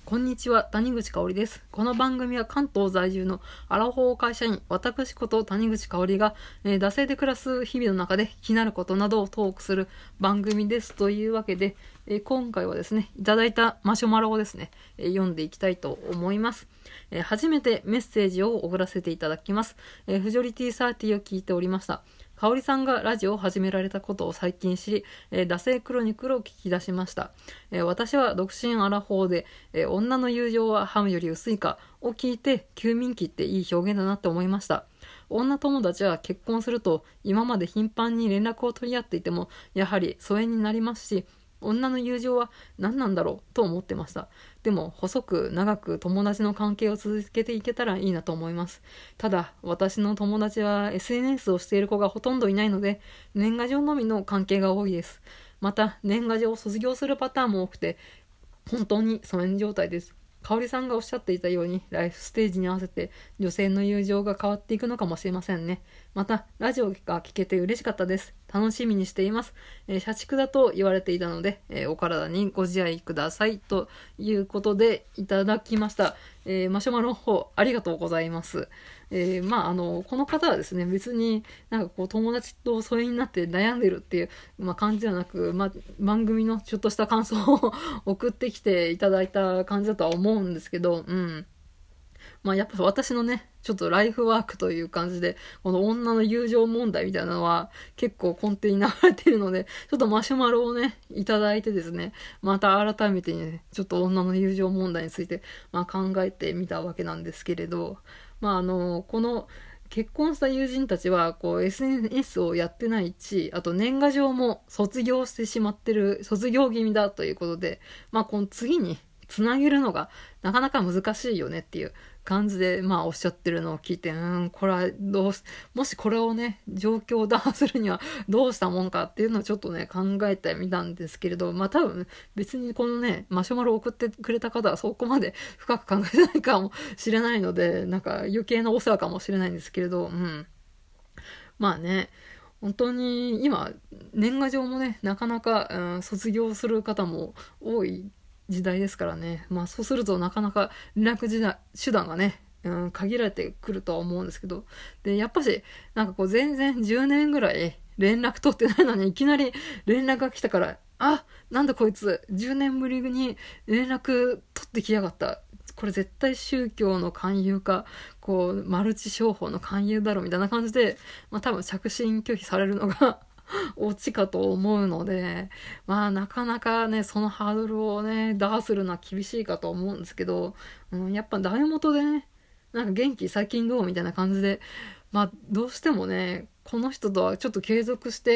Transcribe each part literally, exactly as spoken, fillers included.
こんにちは、谷口香織です。この番組は関東在住のアラフォー会社員、私こと谷口香織が、えー、惰性で暮らす日々の中で気になることなどをトークする番組です。というわけで、えー、今回はですね、いただいたマシュマロをですね、えー、読んでいきたいと思います。えー、初めてメッセージを送らせていただきます。えー、フジョリティサーティを聞いておりました。香織さんがラジオを始められたことを最近知り、えー、惰性クロニクルを聞き出しました。えー、私は独身アラフォーで、えー、女の友情はハムより薄いかを聞いて、休眠期っていい表現だなって思いました。女友達は結婚すると今まで頻繁に連絡を取り合っていてもやはり疎遠になりますし、女の友情は何なんだろうと思ってました。でも細く長く友達の関係を続けていけたらいいなと思います。ただ私の友達は エスエヌエス をしている子がほとんどいないので、年賀状のみの関係が多いです。また年賀状を卒業するパターンも多くて、本当に疎遠状態です。香織さんがおっしゃっていたようにライフステージに合わせて女性の友情が変わっていくのかもしれませんね。またラジオが聞けて嬉しかったです。楽しみにしています。えー、社畜だと言われていたので、えー、お体にご自愛くださいということでいただきました。えー、マシュマロの方ありがとうございます。えー、まああのこの方はですね、別になんかこう友達と疎遠になって悩んでるっていう、まあ、感じではなく、まあ、番組のちょっとした感想を送ってきていただいた感じだとは思うんですけど、うんまあやっぱ私のね、ちょっとライフワークという感じで、この女の友情問題みたいなのは結構根底に流れているので、ちょっとマシュマロをね、いただいてですね、また改めてね、ちょっと女の友情問題について、まあ、考えてみたわけなんですけれど、まああの、この、結婚した友人たちはこう エスエヌエス をやってないし、あと年賀状も卒業してしまってる、卒業気味だということで、まあこの次につなげるのがなかなか難しいよねっていう感じで、まあおっしゃってるのを聞いて、うーん、これはどうし、もしこれをね、状況を打破するにはどうしたもんかっていうのをちょっとね、考えてみたんですけれど、まあ多分別にこのね、マシュマロを送ってくれた方はそこまで深く考えてないかもしれないので、なんか余計なお世話かもしれないんですけれど、うん。まあね、本当に今、年賀状もね、なかなか、うん、卒業する方も多い時代ですからね。まあそうするとなかなか連絡時代手段がね、うん、限られてくるとは思うんですけど。で、やっぱし、なんかこう全然じゅうねんぐらい連絡取ってないのにいきなり連絡が来たから、あ、なんだこいつ、じゅうねんぶりに連絡取ってきやがった。これ絶対宗教の勧誘か、こう、マルチ商法の勧誘だろみたいな感じで、まあ多分着信拒否されるのがオチかと思うので、まあなかなかね、そのハードルをね、打破するのは厳しいかと思うんですけど、うん、やっぱダメ元でね、なんか元気最近どうみたいな感じで、まあどうしてもね、この人とはちょっと継続して、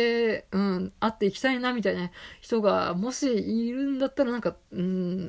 うん、会っていきたいなみたいな人がもしいるんだったらなんか、うん、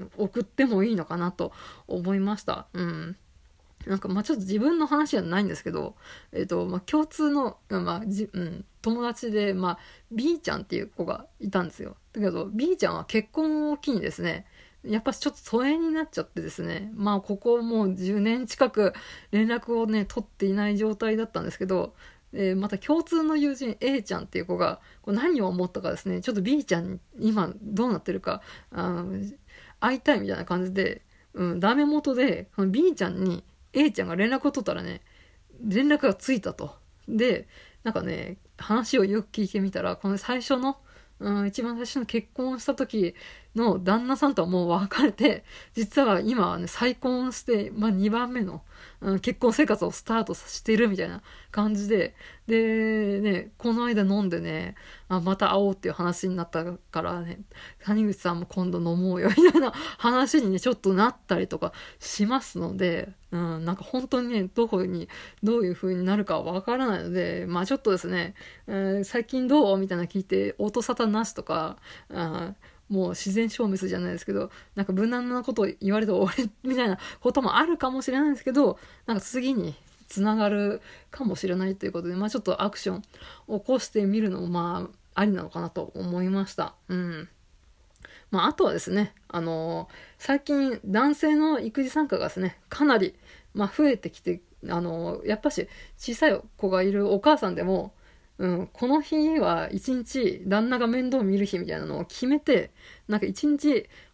送ってもいいのかなと思いました。うん。なんかまあちょっと自分の話じゃないんですけど、えっと、まあ共通の、まあじ、うん、友達で、まあ B ちゃんっていう子がいたんですよ。だけど B ちゃんは結婚を機にですね、やっぱちょっと疎遠になっちゃってですね、まあここもうじゅうねん近く連絡をね、取っていない状態だったんですけど、えーまた共通の友人 A ちゃんっていう子がこう何を思ったかですね、ちょっと B ちゃんに今どうなってるか、あの会いたいみたいな感じで、うん、ダメ元で、その B ちゃんに A ちゃんが連絡を取ったらね、連絡がついたと。で、なんかね、話をよく聞いてみたら、この最初の、うん、一番最初の結婚した時の旦那さんとはもう別れて、実は今はね、再婚して、まあにばんめの、うん、結婚生活をスタートしてるみたいな感じで、で、ね、この間飲んでね、あ、また会おうっていう話になったからね、谷口さんも今度飲もうよみたいな話にね、ちょっとなったりとかしますので、うん、なんか本当にね、どこに、どういう風になるかわからないので、まあちょっとですね、えー、最近どうみたいな聞いて、音沙汰なしとか、あもう自然消滅じゃないですけど、なんか無難なことを言われて終わりみたいなこともあるかもしれないんですけど、なんか次につながるかもしれないということで、まあちょっとアクションを起こしてみるのもまあありなのかなと思いました。うん。まああとはですね、あのー、最近男性の育児参加がですね、かなり、まあ、増えてきて、あのー、やっぱし小さい子がいるお母さんでも、うん、この日は一日旦那が面倒見る日みたいなのを決めて、なんか一日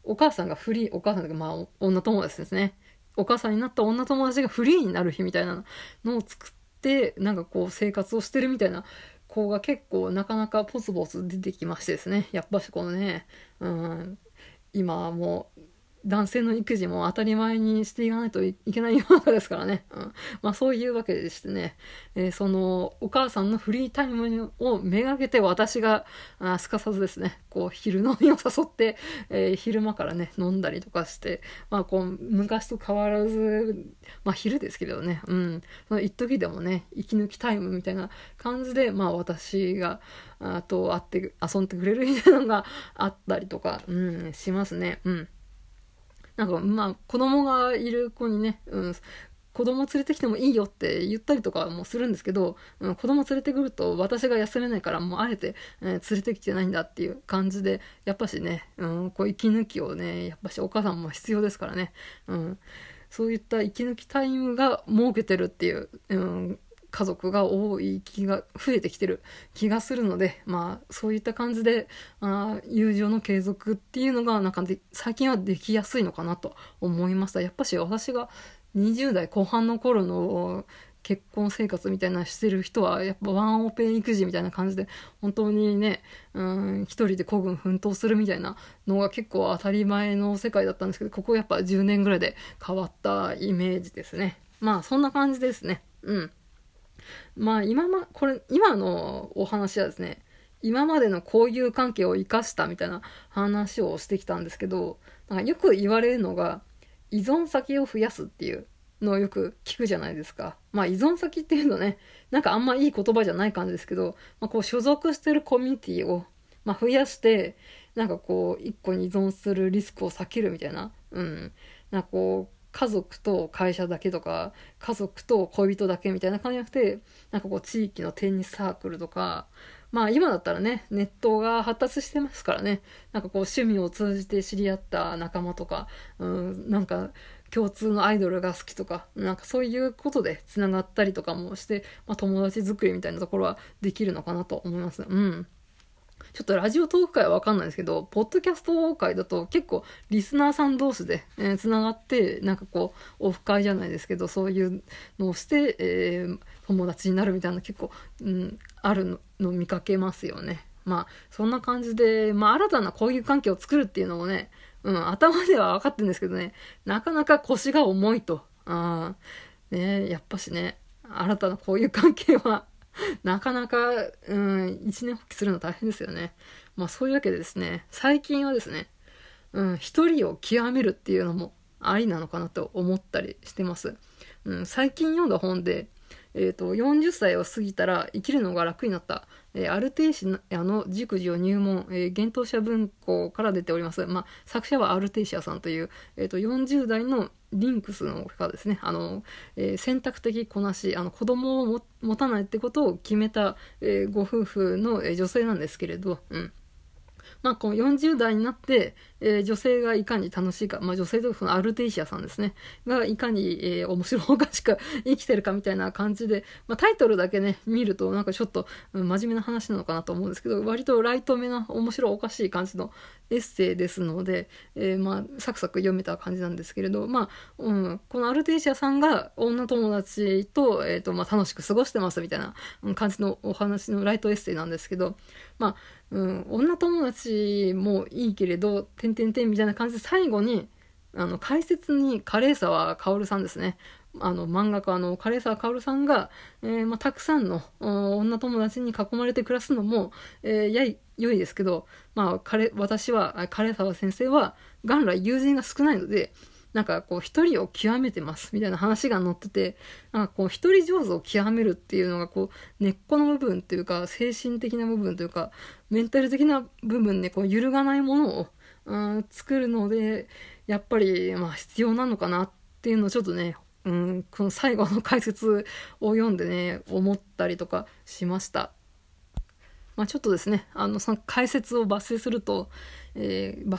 お母さんがフリー、お母さんというかまあ女友達ですね。お母さんになった女友達がフリーになる日みたいなのを作って、なんかこう生活をしてるみたいな子が結構なかなかポツポツ出てきましてですね。やっぱしこのね、うん、今はもう男性の育児も当たり前にしていかないといけない世の中ですからね。うん、まあそういうわけでしてね、えー、そのお母さんのフリータイムをめがけて私があすかさずですね、こう昼飲みを誘って、えー、昼間からね飲んだりとかして、まあこう昔と変わらず、まあ昼ですけどね、うん、その一時でもね息抜きタイムみたいな感じで、まあ私があと会って遊んでくれるみたいなのがあったりとか、うん、しますね。うん。なんかまあ子供がいる子にね、うん、子供連れてきてもいいよって言ったりとかもするんですけど、うん、子供連れてくると私が休めないからもうあえて、えー、連れてきてないんだっていう感じで、やっぱしね、うん、こう息抜きをねやっぱしお母さんも必要ですからね、うん、そういった息抜きタイムが設けてるっていう、うん、家族が多い気が増えてきてる気がするので、まあそういった感じであ友情の継続っていうのがなんかで最近はできやすいのかなと思いました。やっぱし私がにじゅう代後半の頃の結婚生活みたいなしてる人はやっぱワンオペ育児みたいな感じで本当にね、うん一人で孤軍奮闘するみたいなのが結構当たり前の世界だったんですけど、ここやっぱじゅうねんぐらいで変わったイメージですね。まあそんな感じですね。うんまあ今ま、これ、今のお話はですね、今までの交友関係を生かしたみたいな話をしてきたんですけど、なんかよく言われるのが、依存先を増やすっていうのをよく聞くじゃないですか。まあ依存先っていうのね、なんかあんまいい言葉じゃない感じですけど、まあこう所属してるコミュニティを、まあ、増やして、なんかこう、一個に依存するリスクを避けるみたいな、うん。なんかこう、家族と会社だけとか家族と恋人だけみたいな感じじゃなくて、なんかこう地域のテニスサークルとか、まあ今だったらねネットが発達してますからね、なんかこう趣味を通じて知り合った仲間とか、うん、なんか共通のアイドルが好きとか、なんかそういうことでつながったりとかもして、まあ、友達作りみたいなところはできるのかなと思います。うんちょっとラジオトーク界はわかんないですけど、ポッドキャスト界だと結構リスナーさん同士で、えー、つながって、なんかこう、オフ会じゃないですけど、そういうのをして、えー、友達になるみたいな結構、うん、あるのの見かけますよね。まあ、そんな感じで、まあ、新たな交友関係を作るっていうのもね、うん、頭では分かってるんですけどね、なかなか腰が重いと。あね、やっぱしね、新たな交友関係は、なかなか、うん、一年発起するの大変ですよね。まあそういうわけでですね、最近はですね、うん、一人を極めるっていうのもありなのかなと思ったりしてます。うん、最近読んだ本で、えっと、よんじゅっさいを過ぎたら生きるのが楽になった、えーアルテイシアの熟女入門、えー、幻冬舎文庫から出ております。まあ、作者はアルテイシアさんという、えっと、よんじゅう代のリンクスの方ですね。あの、えー選択的こなし、あの、子供をも持たないってことを決めた、えーご夫婦の、えー女性なんですけれど、うん。まあ、このよんじゅう代になって、えー女性がいかに楽しいか、まあ、女性というかそのアルテイシアさんですね、がいかに、えー面白おかしく生きてるかみたいな感じで、まあ、タイトルだけね、見るとなんかちょっと、うん、真面目な話なのかなと思うんですけど、割とライトめな面白おかしい感じのエッセイですので、えーまあ、サクサク読めた感じなんですけれど、まあ、うん、このアルテイシアさんが女友達と、えっと、まあ、楽しく過ごしてますみたいな感じのお話のライトエッセイなんですけど、まあ、うん、女友達もいいけれど、てんてんてんみたいな感じで最後に、あの、解説にカレー沢薫さんですね。あの、漫画家のカレー沢薫さんが、えーまあ、たくさんの女友達に囲まれて暮らすのも、えー、やい、良いですけど、まあ、彼、私は、カレー沢先生は、元来友人が少ないので、なんかこう一人を極めてますみたいな話が載ってて、なんかこう一人上手を極めるっていうのがこう根っこの部分っていうか精神的な部分というかメンタル的な部分でこう揺るがないものを、うん、作るのでやっぱりまあ必要なのかなっていうのをちょっとね、うん、この最後の解説を読んでね思ったりとかしました。まあ、ちょっとですねあのその解説を抜粋すると、えー、抜粋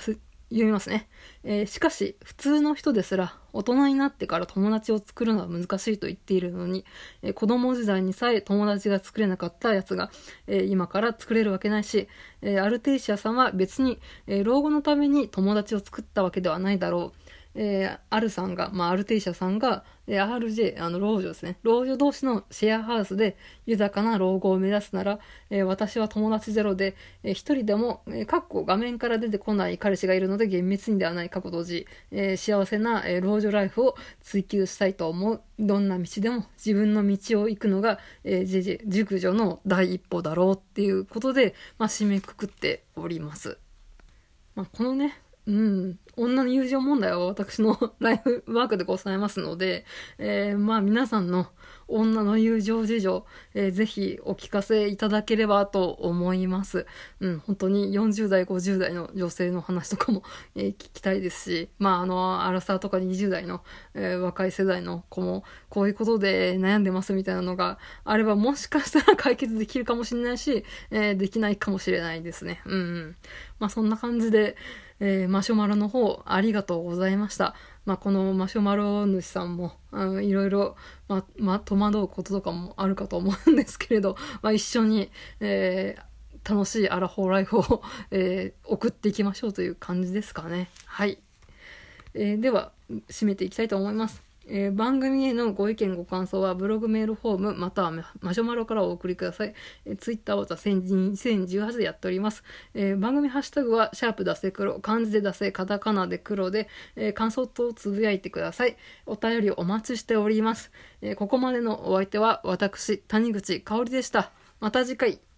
読みますね。えーしかし、普通の人ですら、大人になってから友達を作るのは難しいと言っているのに、えー子供時代にさえ友達が作れなかったやつが、えー今から作れるわけないし、えーアルテイシアさんは別に、えー老後のために友達を作ったわけではないだろう。えー、アルさんが、まあ、アルテイシャさんが、えー、アールジェー、あの、老女ですね。老女同士のシェアハウスで豊かな老後を目指すなら、えー私は友達ゼロで、えー一人でも、えー、かっこ画面から出てこない彼氏がいるので厳密にではない過去閉じ、えー幸せな、えー老女ライフを追求したいと思う。どんな道でも自分の道を行くのが、えー、ジェジェ、熟女の第一歩だろうっていうことで、まあ、締めくくっております。まあ、このね、うん、女の友情問題は私のライフワークでございますので、えー、まあ皆さんの女の友情事情、えー、ぜひお聞かせいただければと思います。うん、本当によんじゅう代、ごじゅう代の女性の話とかも、えー、聞きたいですし、まああの、アラサーとかにじゅう代の、えー、若い世代の子もこういうことで悩んでますみたいなのがあれば、もしかしたら解決できるかもしれないし、えー、できないかもしれないですね。うん、うん。まあそんな感じで、えーマシュマロの方ありがとうございました。まあ、このマシュマロ主さんも、あのいろいろ、ま、ま、戸惑うこととかもあるかと思うんですけれど、まあ、一緒に、えー楽しいアラフォーライフを、えー送っていきましょうという感じですかね。はい。えーでは、締めていきたいと思います。えー番組へのご意見ご感想はブログメールフォームまたはマシュマロからお送りください。えー、ツイッターはにせんじゅうはちでやっております。えー番組ハッシュタグはシャープ出せ黒、漢字で出せカタカナで黒で、えー感想等つぶやいてください。お便りお待ちしております。えーここまでのお相手は私谷口香織でした。また次回。